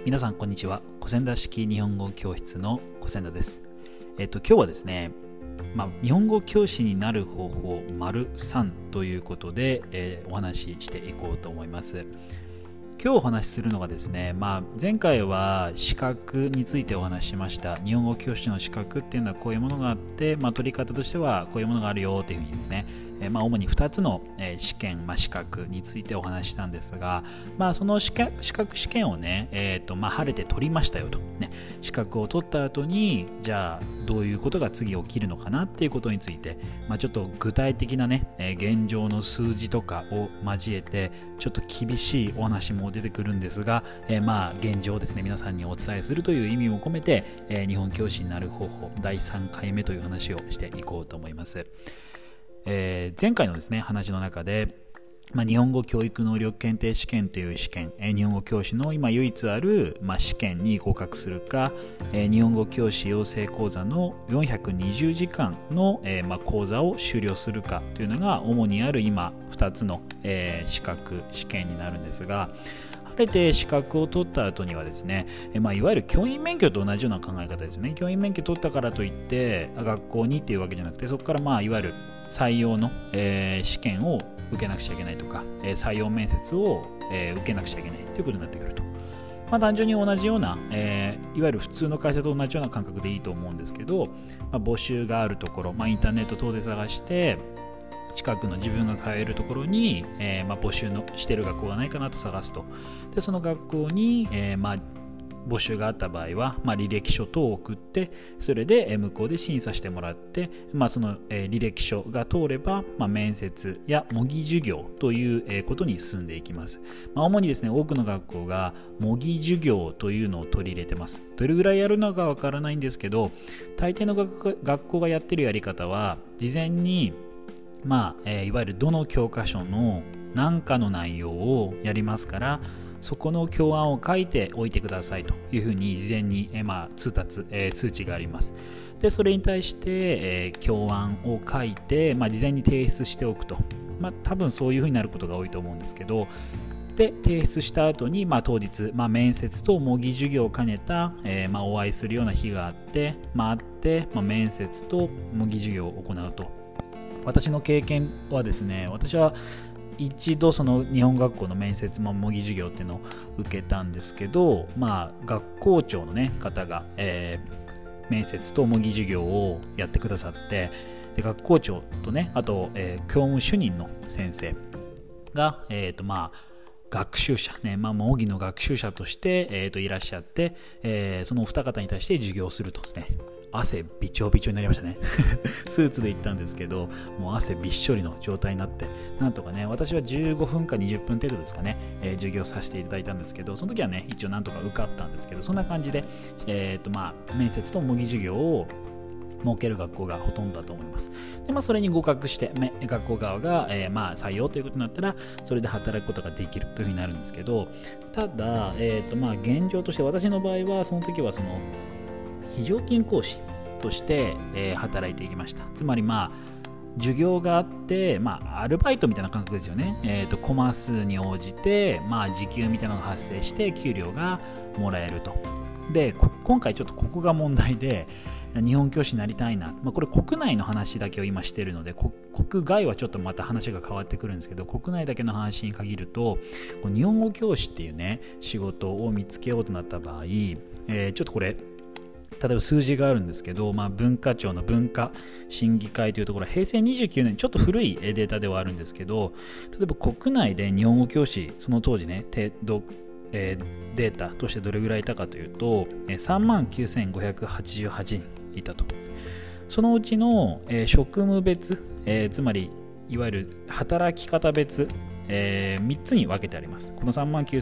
皆さんこんにちは。コセンダ式日本語教室のコセンダです。今日はですね、日本語教師になる方法丸3ということで、お話ししていこうと思います。今日お話しするのがですね、前回は資格についてお話ししました。日本語教師の資格っていうのはこういうものがあって、取り方としてはこういうものがあるよっていうふうにですね、主に2つの試験、資格についてお話ししたんですが、その資格試験をね、晴れて取りましたよと、資格を取った後にじゃあどういうことが次起きるのかなっていうことについて、ちょっと具体的なね、現状の数字とかを交えてちょっと厳しいお話も出てくるんですが、現状をですね皆さんにお伝えするという意味も込めて、日本教師になる方法第3回目という話をしていこうと思います。前回のですね話の中で、日本語教育能力検定試験という試験、日本語教師の今唯一ある、試験に合格するか、日本語教師養成講座の420時間の、講座を修了するかというのが主にある今2つの、資格試験になるんですが、晴れて資格を取った後にはですね、いわゆる教員免許と同じような考え方ですね。教員免許取ったからといって学校にっていうわけじゃなくて、そこからいわゆる採用の、試験を受けなくちゃいけないとか、採用面接を、受けなくちゃいけないということになってくると。単純に同じような、いわゆる普通の会社と同じような感覚でいいと思うんですけど、募集があるところ、インターネット等で探して近くの自分が通えるところに、募集のしている学校がないかなと探すと。でその学校に、募集があった場合は、履歴書等を送って、それで向こうで審査してもらって、その履歴書が通れば、面接や模擬授業ということに進んでいきます。主にですね、多くの学校が模擬授業というのを取り入れてます。どれぐらいやるのかわからないんですけど、大抵の学校がやってるやり方は、事前にいわゆるどの教科書の何かの内容をやりますから、そこの教案を書いておいてくださいというふうに事前に、通知があります。でそれに対して、教案を書いて、事前に提出しておくと、多分そういうふうになることが多いと思うんですけど、で提出した後に、当日、面接と模擬授業を兼ねた、お会いするような日があって、面接と模擬授業を行うと。私の経験はですね、私は一度その日本学校の面接模擬授業っていうのを受けたんですけど、学校長の、方が、面接と模擬授業をやってくださって、で学校長とね、あと、教務主任の先生が、学習者、模擬の学習者として、いらっしゃって、そのお二方に対して授業をするとですね、汗びちょびちょになりましたねスーツで行ったんですけど、もう汗びっしょりの状態になって、なんとかね、私は15分か20分程度ですかね、授業させていただいたんですけど、その時はね一応なんとか受かったんですけど、そんな感じで、面接と模擬授業を設ける学校がほとんどだと思います。で、それに合格して学校側が、採用ということになったら、それで働くことができるというふうになるんですけど、ただ、現状として私の場合はその時はその非常勤講師として、働いていきました。つまり授業があって、アルバイトみたいな感覚ですよね。コマ数に応じて、時給みたいなのが発生して給料がもらえると。で今回ちょっとここが問題で、日本教師になりたいな、これ国内の話だけを今しているので、国外はちょっとまた話が変わってくるんですけど、国内だけの話に限ると、日本語教師っていうね仕事を見つけようとなった場合、ちょっとこれ例えば数字があるんですけど、文化庁の文化審議会というところは平成29年、ちょっと古いデータではあるんですけど、例えば国内で日本語教師、その当時ねデータとしてどれぐらいいたかというと、39,588人いたと。そのうちの、職務別、つまりいわゆる働き方別、3つに分けてあります。この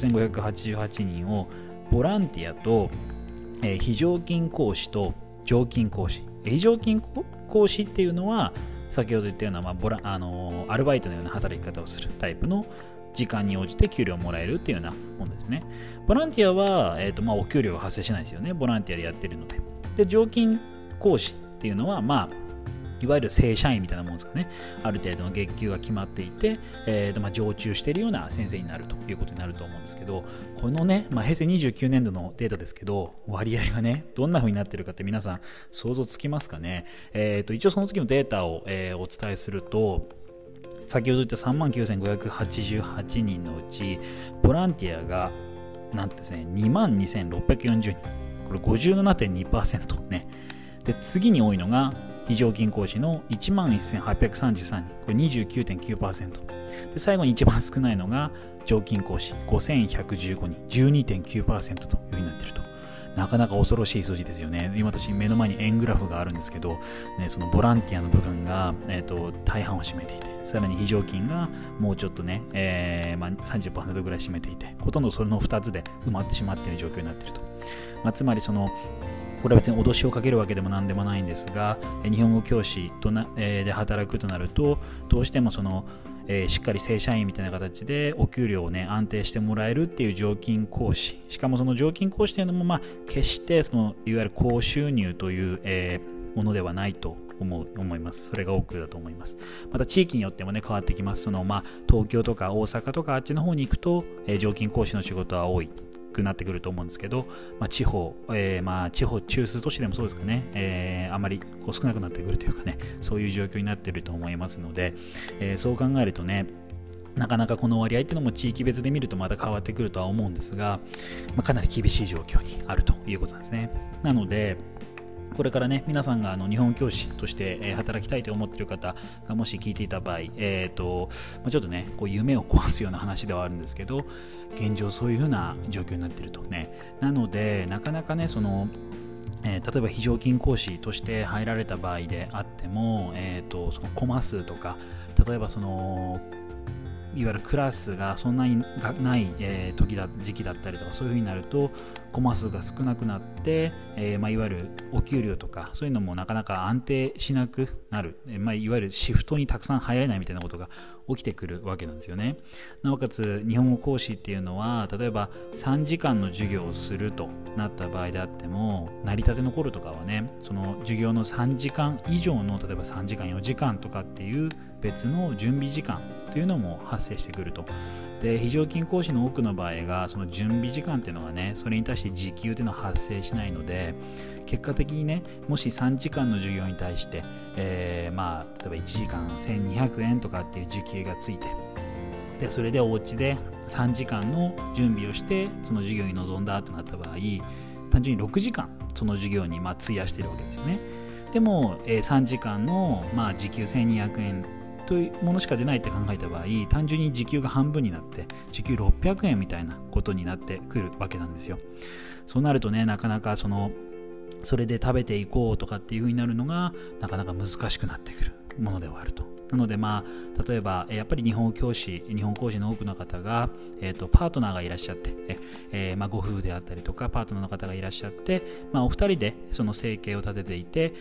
39,588人をボランティアと、非常勤講師と常勤講師。非常勤講師っていうのは先ほど言ったような、アルバイトのような働き方をするタイプの、時間に応じて給料をもらえるっていうようなもんですね。ボランティアは、お給料が発生しないですよね。ボランティアでやってるので。で常勤講師っていうのは、 いわゆる正社員みたいなものですかね。ある程度の月給が決まっていて、常駐しているような先生になるということになると思うんですけど、このね、平成29年度のデータですけど、割合がね、どんな風になっているかって皆さん想像つきますかね。一応その時のデータを、お伝えすると、先ほど言った 39,588 人のうち、ボランティアがなんとですね、22,640人。これ 57.2% ね。で、次に多いのが、非常勤講師の 11,833 人。これ 29.9%。で、最後に一番少ないのが、常勤講師 5,115 人。12.9% というふうになっていると。なかなか恐ろしい数字ですよね。今私目の前に円グラフがあるんですけど、ね、そのボランティアの部分が、大半を占めていて、さらに非常勤がもうちょっとね、30% ぐらい占めていて、ほとんどその2つで埋まってしまっている状況になっていると。つまりこれは別に脅しをかけるわけでも何でもないんですが、日本語教師で働くとなると、どうしてもしっかり正社員みたいな形でお給料をね安定してもらえるっていう常勤講師、しかもその常勤講師というのも決していわゆる高収入という、ものではないと思います。それが多くだと思います。また地域によってもね変わってきます。東京とか大阪とかあっちの方に行くと、常勤講師の仕事は多くなってくると思うんですけど、地方中枢都市でもそうですかね、あまり少なくなってくるというかね、そういう状況になっていると思いますので、そう考えるとね、なかなかこの割合っていうのも地域別で見るとまた変わってくるとは思うんですが、かなり厳しい状況にあるということなんですね。なのでこれからね、皆さんが日本教師として働きたいと思っている方がもし聞いていた場合、ちょっとね、夢を壊すような話ではあるんですけど、現状そういう風な状況になっているとね。なので、なかなかね、例えば非常勤講師として入られた場合であっても、そのコマ数とか、例えばいわゆるクラスがそんなにない、時期だったりとか、そういう風になるとコマ数が少なくなって、いわゆるお給料とかそういうのもなかなか安定しなくなる、いわゆるシフトにたくさん入れないみたいなことが起きてくるわけなんですよね。なおかつ日本語講師っていうのは、例えば3時間の授業をするとなった場合であっても、成り立ての頃とかはね、その授業の3時間以上の、例えば3時間4時間とかっていう別の準備時間というのも発生してくると。で、非常勤講師の多くの場合が、その準備時間っていうのがね、それに対して時給っていうのは発生しないので、結果的にね、もし3時間の授業に対して、例えば1時間1200円とかっていう時給がついて、でそれでお家で3時間の準備をしてその授業に臨んだとなった場合、単純に6時間その授業に費やしているわけですよね。でも、3時間の時給1200円というものしか出ないって考えた場合、単純に時給が半分になって時給600円みたいなことになってくるわけなんですよ。そうなるとね、なかなかそれで食べていこうとかっていう風になるのがなかなか難しくなってくるものではあると。なので例えばやっぱり日本講師の多くの方が、パートナーがいらっしゃって、ご夫婦であったりとかパートナーの方がいらっしゃって、お二人でその生計を立てていて、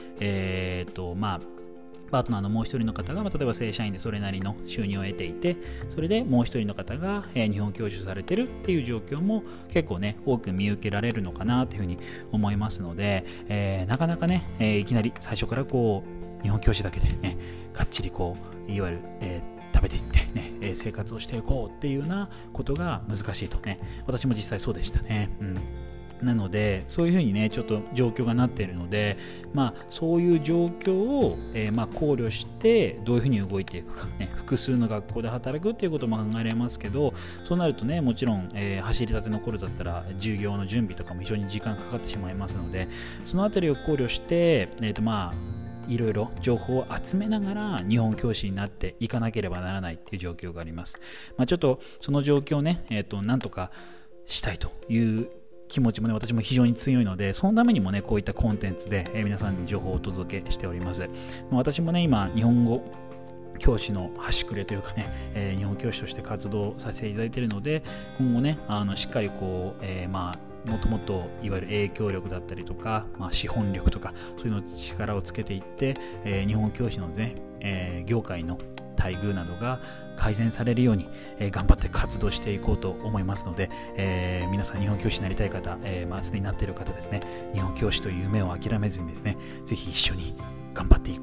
パートナーのもう一人の方が、例えば正社員でそれなりの収入を得ていて、それでもう一人の方が、日本教師されてるっていう状況も結構ね多く見受けられるのかなというふうに思いますので、なかなかね、いきなり最初から日本教師だけでねがっちりいわゆる、食べていってね、生活をしていこうっていうようなことが難しいとね、私も実際そうでしたね。なのでそういうふうにねちょっと状況がなっているので、そういう状況を、考慮してどういうふうに動いていくか、ね、複数の学校で働くっていうことも考えられますけど、そうなるとねもちろん、走りたての頃だったら授業の準備とかも非常に時間かかってしまいますので、そのあたりを考慮して、いろいろ情報を集めながら日本教師になっていかなければならないっていう状況があります。ちょっとその状況をね、なんとかしたいという気持ちもね私も非常に強いので、そのためにもねこういったコンテンツで、皆さんに情報をお届けしております。私もね今日本語教師の端くれというかね、日本教師として活動させていただいているので、今後ねしっかりもっともっといわゆる影響力だったりとか、資本力とかそういうの力をつけていって、日本教師のね、業界の待遇などが改善されるように、頑張って活動していこうと思いますので、皆さん日本教師になりたい方、すでになっている方ですね、日本教師という夢を諦めずにですね、ぜひ一緒に頑張っていこうと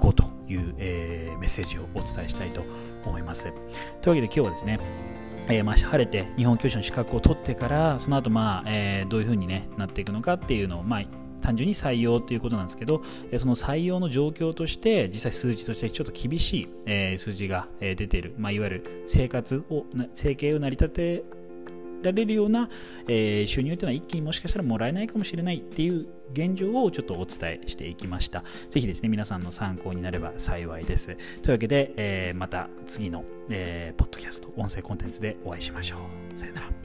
いう、メッセージをお伝えしたいと思います。というわけで今日はですね、晴れて日本教師の資格を取ってからその後、どういうふうに、なっていくのかっていうのを、単純に採用ということなんですけど、その採用の状況として実際数字としてちょっと厳しい、数字が、出ている、いわゆる生計を成り立てられるような、収入というのは一気にもしかしたらもらえないかもしれないっていう現状をちょっとお伝えしていきました。ぜひですね、皆さんの参考になれば幸いです。というわけで、また次の、ポッドキャスト音声コンテンツでお会いしましょう。さよなら。